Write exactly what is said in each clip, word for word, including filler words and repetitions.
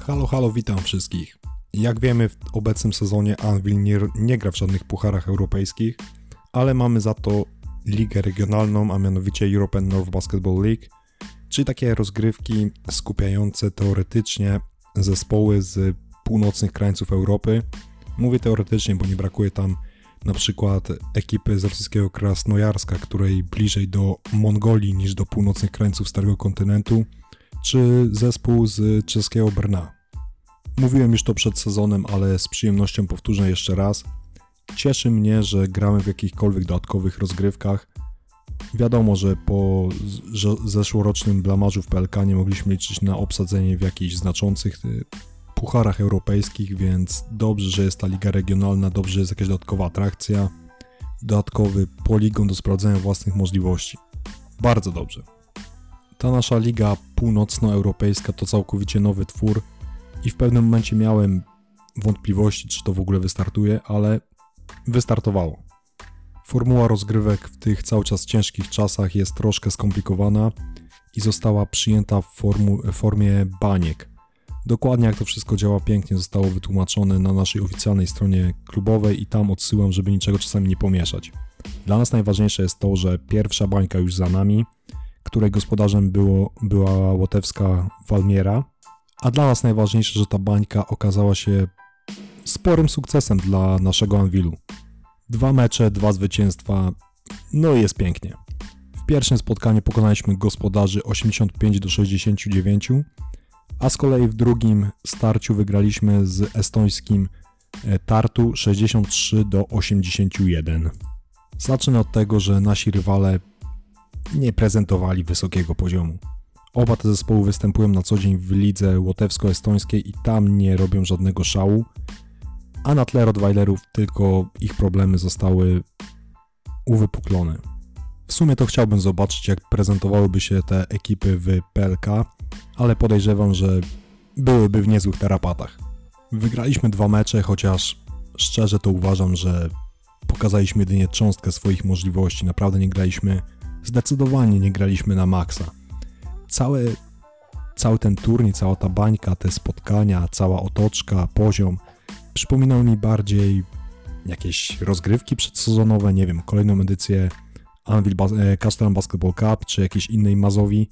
Halo, halo, witam wszystkich. Jak wiemy, w obecnym sezonie Anvil nie, nie gra w żadnych pucharach europejskich, ale mamy za to ligę regionalną, a mianowicie European North Basketball League, czyli takie rozgrywki skupiające teoretycznie zespoły z północnych krańców Europy. Mówię teoretycznie, bo nie brakuje tam na przykład ekipy z rosyjskiego Krasnojarska, której bliżej do Mongolii niż do północnych krańców Starego Kontynentu, czy zespół z czeskiego Brna. Mówiłem już to przed sezonem, ale z przyjemnością powtórzę jeszcze raz. Cieszy mnie, że gramy w jakichkolwiek dodatkowych rozgrywkach. Wiadomo, że po zeszłorocznym blamarzu w P L K nie mogliśmy liczyć na obsadzenie w jakichś znaczących pucharach europejskich, więc dobrze, że jest ta liga regionalna, dobrze, że jest jakaś dodatkowa atrakcja, dodatkowy poligon do sprawdzenia własnych możliwości. Bardzo dobrze. Ta nasza liga północnoeuropejska to całkowicie nowy twór i w pewnym momencie miałem wątpliwości, czy to w ogóle wystartuje, ale wystartowało. Formuła rozgrywek w tych cały czas ciężkich czasach jest troszkę skomplikowana i została przyjęta w formu, formie baniek. Dokładnie jak to wszystko działa pięknie zostało wytłumaczone na naszej oficjalnej stronie klubowej i tam odsyłam, żeby niczego czasami nie pomieszać. Dla nas najważniejsze jest to, że pierwsza bańka już za nami, której gospodarzem było, była łotewska Walmiera, a dla nas najważniejsze, że ta bańka okazała się sporym sukcesem dla naszego Anvilu. Dwa mecze, dwa zwycięstwa, no i jest pięknie. W pierwszym spotkaniu pokonaliśmy gospodarzy osiemdziesiąt pięć do sześćdziesięciu dziewięciu, a z kolei w drugim starciu wygraliśmy z estońskim Tartu sześćdziesiąt trzy do osiemdziesięciu jeden. Zacznę od tego, że nasi rywale nie prezentowali wysokiego poziomu. Oba te zespoły występują na co dzień w lidze łotewsko-estońskiej i tam nie robią żadnego szału, a na tle Rottweilerów tylko ich problemy zostały uwypuklone. W sumie to chciałbym zobaczyć, jak prezentowałyby się te ekipy w P L K, ale podejrzewam, że byłyby w niezłych tarapatach. Wygraliśmy dwa mecze, chociaż szczerze to uważam, że pokazaliśmy jedynie cząstkę swoich możliwości. Naprawdę nie graliśmy, zdecydowanie nie graliśmy na maksa. Cały, cały ten turniej, cała ta bańka, te spotkania, cała otoczka, poziom przypominał mi bardziej jakieś rozgrywki przedsezonowe, nie wiem, kolejną edycję Anvil Bas- Castellan Basketball Cup, czy jakiejś innej Mazowi.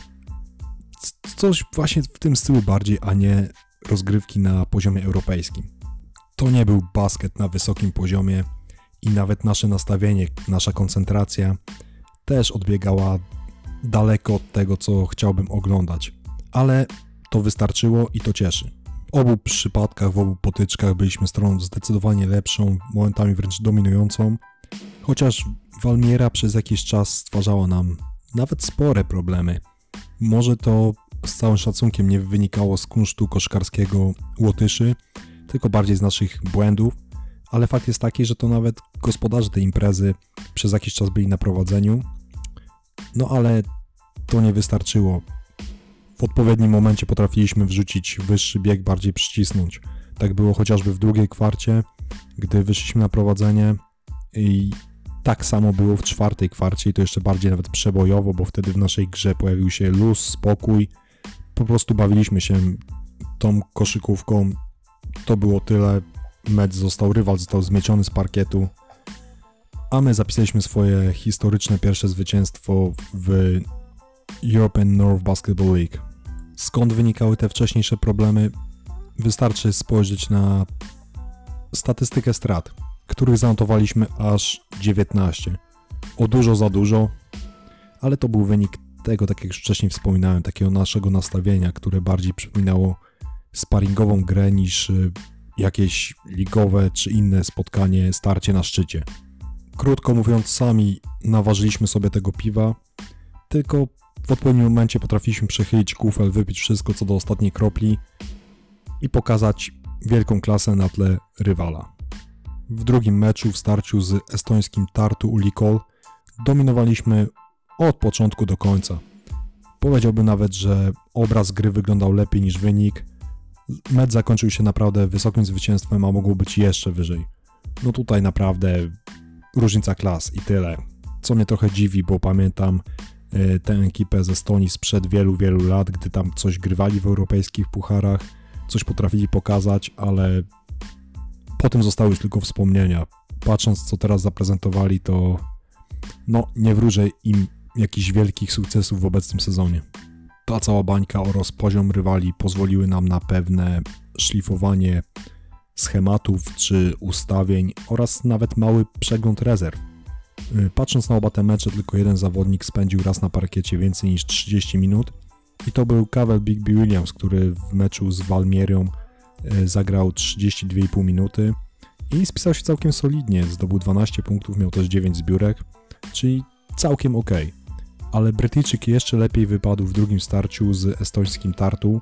Coś właśnie w tym stylu bardziej, a nie rozgrywki na poziomie europejskim. To nie był basket na wysokim poziomie i nawet nasze nastawienie, nasza koncentracja też odbiegała daleko od tego, co chciałbym oglądać. Ale to wystarczyło i to cieszy. W obu przypadkach, w obu potyczkach byliśmy stroną zdecydowanie lepszą, momentami wręcz dominującą, chociaż Walmiera przez jakiś czas stwarzała nam nawet spore problemy. Może to z całym szacunkiem nie wynikało z kunsztu koszkarskiego Łotyszy, tylko bardziej z naszych błędów, ale fakt jest taki, że to nawet gospodarze tej imprezy przez jakiś czas byli na prowadzeniu, no ale to nie wystarczyło. W odpowiednim momencie potrafiliśmy wrzucić wyższy bieg, bardziej przycisnąć. Tak było chociażby w drugiej kwarcie, gdy wyszliśmy na prowadzenie i tak samo było w czwartej kwarcie i to jeszcze bardziej nawet przebojowo, bo wtedy w naszej grze pojawił się luz, spokój. Po prostu bawiliśmy się tą koszykówką. To było tyle. Mecz został, rywal został zmieciony z parkietu, a my zapisaliśmy swoje historyczne pierwsze zwycięstwo w European North Basketball League. Skąd wynikały te wcześniejsze problemy? Wystarczy spojrzeć na statystykę strat, których zanotowaliśmy aż dziewiętnaście. O dużo za dużo, ale to był wynik tego, tak jak już wcześniej wspominałem, takiego naszego nastawienia, które bardziej przypominało sparingową grę niż jakieś ligowe czy inne spotkanie, starcie na szczycie. Krótko mówiąc, sami naważyliśmy sobie tego piwa, tylko w odpowiednim momencie potrafiliśmy przechylić kufel, wypić wszystko co do ostatniej kropli i pokazać wielką klasę na tle rywala. W drugim meczu w starciu z estońskim Tartu Ulikol dominowaliśmy od początku do końca. Powiedziałbym nawet, że obraz gry wyglądał lepiej niż wynik. Mecz zakończył się naprawdę wysokim zwycięstwem, a mogło być jeszcze wyżej. No tutaj naprawdę różnica klas i tyle. Co mnie trochę dziwi, bo pamiętam tę ekipę z Estonii sprzed wielu, wielu lat, gdy tam coś grywali w europejskich pucharach, coś potrafili pokazać, ale potem zostały już tylko wspomnienia. Patrząc, co teraz zaprezentowali, to no nie wróżę im jakichś wielkich sukcesów w obecnym sezonie. Ta cała bańka oraz poziom rywali pozwoliły nam na pewne szlifowanie schematów czy ustawień oraz nawet mały przegląd rezerw. Patrząc na oba te mecze, tylko jeden zawodnik spędził raz na parkiecie więcej niż trzydzieści minut i to był Cavell Bigby Williams, który w meczu z Valmierią zagrał trzydzieści dwie i pół minuty i spisał się całkiem solidnie, zdobył dwanaście punktów, miał też dziewięć zbiórek, czyli całkiem ok. Ale Brytyjczyk jeszcze lepiej wypadł w drugim starciu z estońskim Tartu,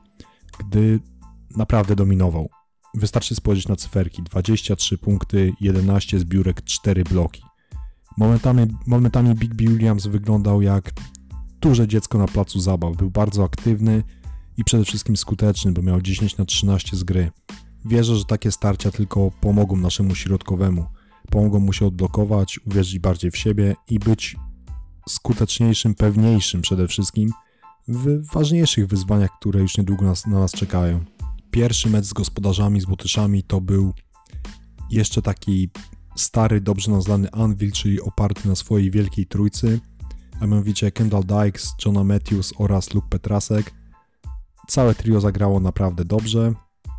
gdy naprawdę dominował. Wystarczy spojrzeć na cyferki, dwadzieścia trzy punkty, jedenaście zbiórek, cztery bloki. Momentami, momentami Bigby Williams wyglądał jak duże dziecko na placu zabaw, był bardzo aktywny i przede wszystkim skuteczny, bo miał dziesięć na trzynaście z gry. Wierzę, że takie starcia tylko pomogą naszemu środkowemu, pomogą mu się odblokować, uwierzyć bardziej w siebie i być skuteczniejszym, pewniejszym przede wszystkim w ważniejszych wyzwaniach, które już niedługo nas, na nas czekają. Pierwszy mecz z gospodarzami, z Łotyszami to był jeszcze taki stary, dobrze nam znany Anvil, czyli oparty na swojej wielkiej trójcy, a mianowicie Kendall Dykes, Jonah Matthews oraz Luke Petrasek. Całe trio zagrało naprawdę dobrze,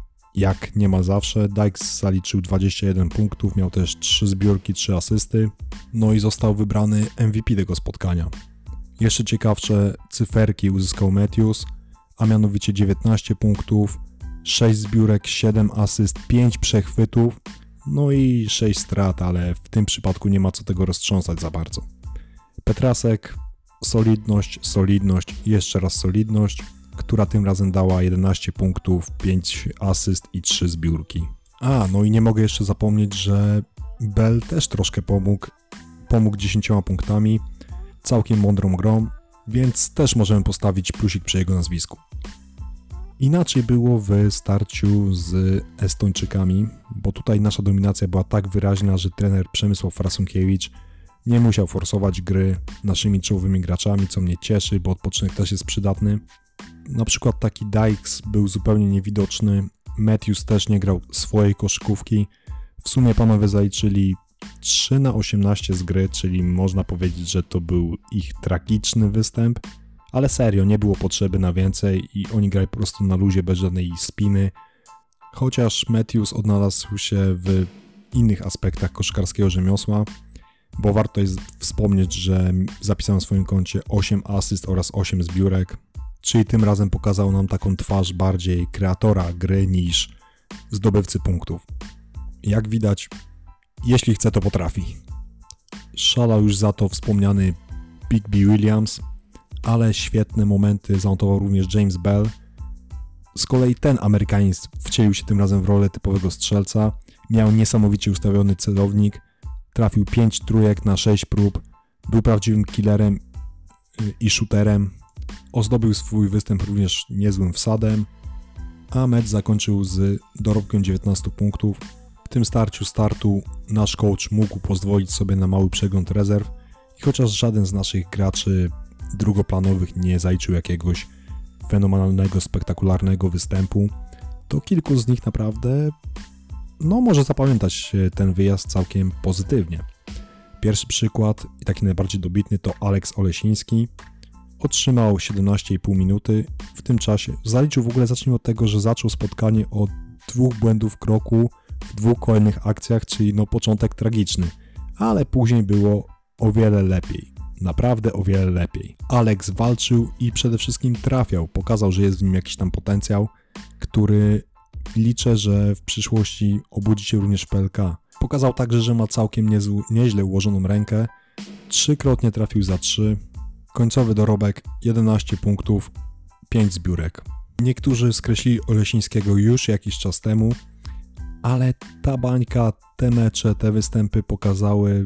jak niemal zawsze. Dykes zaliczył dwadzieścia jeden punktów, miał też trzy zbiórki, trzy asysty, no i został wybrany M V P tego spotkania. Jeszcze ciekawsze cyferki uzyskał Matthews, a mianowicie dziewiętnaście punktów, sześć zbiórek, siedem asyst, pięć przechwytów, no i sześć strat, ale w tym przypadku nie ma co tego roztrząsać za bardzo. Petrasek, solidność, solidność, jeszcze raz solidność, która tym razem dała jedenaście punktów, pięć asyst i trzy zbiórki. A, no i nie mogę jeszcze zapomnieć, że Bell też troszkę pomógł, pomógł dziesięcioma punktami, całkiem mądrą grą, więc też możemy postawić plusik przy jego nazwisku. Inaczej było w starciu z Estończykami, bo tutaj nasza dominacja była tak wyraźna, że trener Przemysław Frasunkiewicz nie musiał forsować gry naszymi czołowymi graczami, co mnie cieszy, bo odpoczynek też jest przydatny. Na przykład taki Dykes był zupełnie niewidoczny, Matthews też nie grał swojej koszykówki. W sumie panowie zaliczyli trzy na osiemnaście z gry, czyli można powiedzieć, że to był ich tragiczny występ, ale serio, nie było potrzeby na więcej i oni grali po prostu na luzie, bez żadnej spiny. Chociaż Matthews odnalazł się w innych aspektach koszykarskiego rzemiosła, bo warto jest wspomnieć, że zapisał na swoim koncie osiem asyst oraz osiem zbiórek, czyli tym razem pokazał nam taką twarz bardziej kreatora gry niż zdobywcy punktów. Jak widać, jeśli chce, to potrafi. Szalał już za to wspomniany Bigby Williams, ale świetne momenty zanotował również James Bell. Z kolei ten Amerykanin wcielił się tym razem w rolę typowego strzelca, miał niesamowicie ustawiony celownik, trafił pięć trójek na sześć prób, był prawdziwym killerem i shooterem, ozdobił swój występ również niezłym wsadem, a mecz zakończył z dorobkiem dziewiętnastu punktów. W tym starciu startu nasz coach mógł pozwolić sobie na mały przegląd rezerw i chociaż żaden z naszych graczy drugoplanowych nie zaliczył jakiegoś fenomenalnego, spektakularnego występu, to kilku z nich naprawdę no może zapamiętać ten wyjazd całkiem pozytywnie. Pierwszy przykład i taki najbardziej dobitny to Alex Olesiński. Otrzymał siedemnaście i pół minuty. W tym czasie zaliczył w ogóle, zacznijmy od tego, że zaczął spotkanie od dwóch błędów kroku w dwóch kolejnych akcjach, czyli no początek tragiczny, ale później było o wiele lepiej. Naprawdę o wiele lepiej. Alex walczył i przede wszystkim trafiał. Pokazał, że jest w nim jakiś tam potencjał, który liczę, że w przyszłości obudzi się również w P L K. Pokazał także, że ma całkiem niezł, nieźle ułożoną rękę. Trzykrotnie trafił za trzy. Końcowy dorobek jedenaście punktów, pięć zbiórek. Niektórzy skreślili Olesińskiego już jakiś czas temu, ale ta bańka, te mecze, te występy pokazały,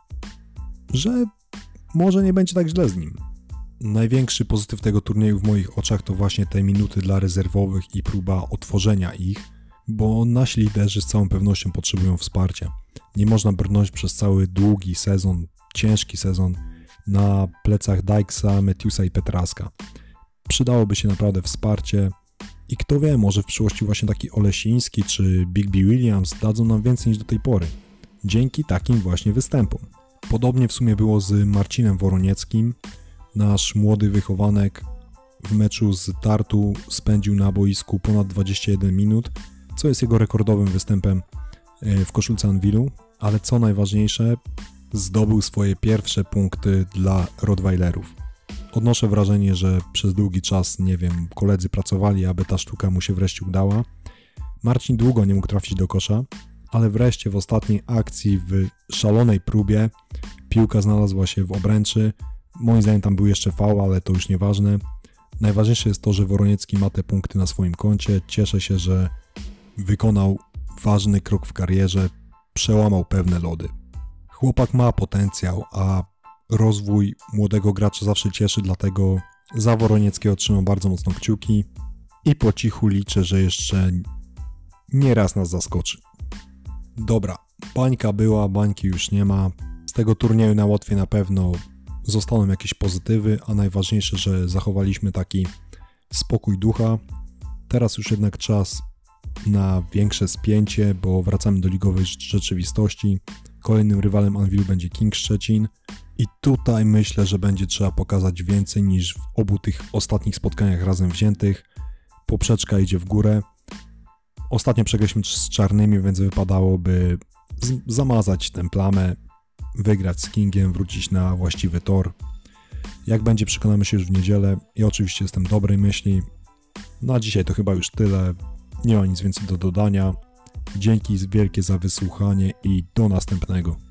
że może nie będzie tak źle z nim. Największy pozytyw tego turnieju w moich oczach to właśnie te minuty dla rezerwowych i próba otworzenia ich, bo nasi liderzy z całą pewnością potrzebują wsparcia. Nie można brnąć przez cały długi sezon, ciężki sezon na plecach Dykesa, Matthewsa i Petraska. Przydałoby się naprawdę wsparcie I kto wie, może w przyszłości właśnie taki Olesiński czy Bigby Williams dadzą nam więcej niż do tej pory. Dzięki takim właśnie występom. Podobnie w sumie było z Marcinem Woronieckim. Nasz młody wychowanek w meczu z Tartu spędził na boisku ponad dwadzieścia jeden minut, co jest jego rekordowym występem w koszulce Anwilu, ale co najważniejsze, zdobył swoje pierwsze punkty dla Rottweilerów. Odnoszę wrażenie, że przez długi czas, nie wiem, koledzy pracowali, aby ta sztuka mu się wreszcie udała. Marcin długo nie mógł trafić do kosza, ale wreszcie w ostatniej akcji, w szalonej próbie, piłka znalazła się w obręczy. Moim zdaniem tam był jeszcze faul, ale to już nieważne. Najważniejsze jest to, że Woroniecki ma te punkty na swoim koncie. Cieszę się, że wykonał ważny krok w karierze, przełamał pewne lody. Chłopak ma potencjał, a rozwój młodego gracza zawsze cieszy, dlatego za Woronieckiego trzymam bardzo mocno kciuki i po cichu liczę, że jeszcze nieraz nas zaskoczy. Dobra, bańka była, bańki już nie ma. Z tego turnieju na Łotwie na pewno zostaną jakieś pozytywy, a najważniejsze, że zachowaliśmy taki spokój ducha. Teraz już jednak czas na większe spięcie, bo wracamy do ligowej rzeczywistości. Kolejnym rywalem Anwilu będzie King Szczecin i tutaj myślę, że będzie trzeba pokazać więcej niż w obu tych ostatnich spotkaniach razem wziętych. Poprzeczka idzie w górę. Ostatnio przegraliśmy z Czarnymi, więc wypadałoby z- zamazać tę plamę, wygrać z Kingiem, wrócić na właściwy tor. Jak będzie, przekonamy się już w niedzielę. Ja oczywiście jestem dobrej myśli. Na dzisiaj to chyba już tyle. Nie ma nic więcej do dodania. Dzięki wielkie za wysłuchanie i do następnego.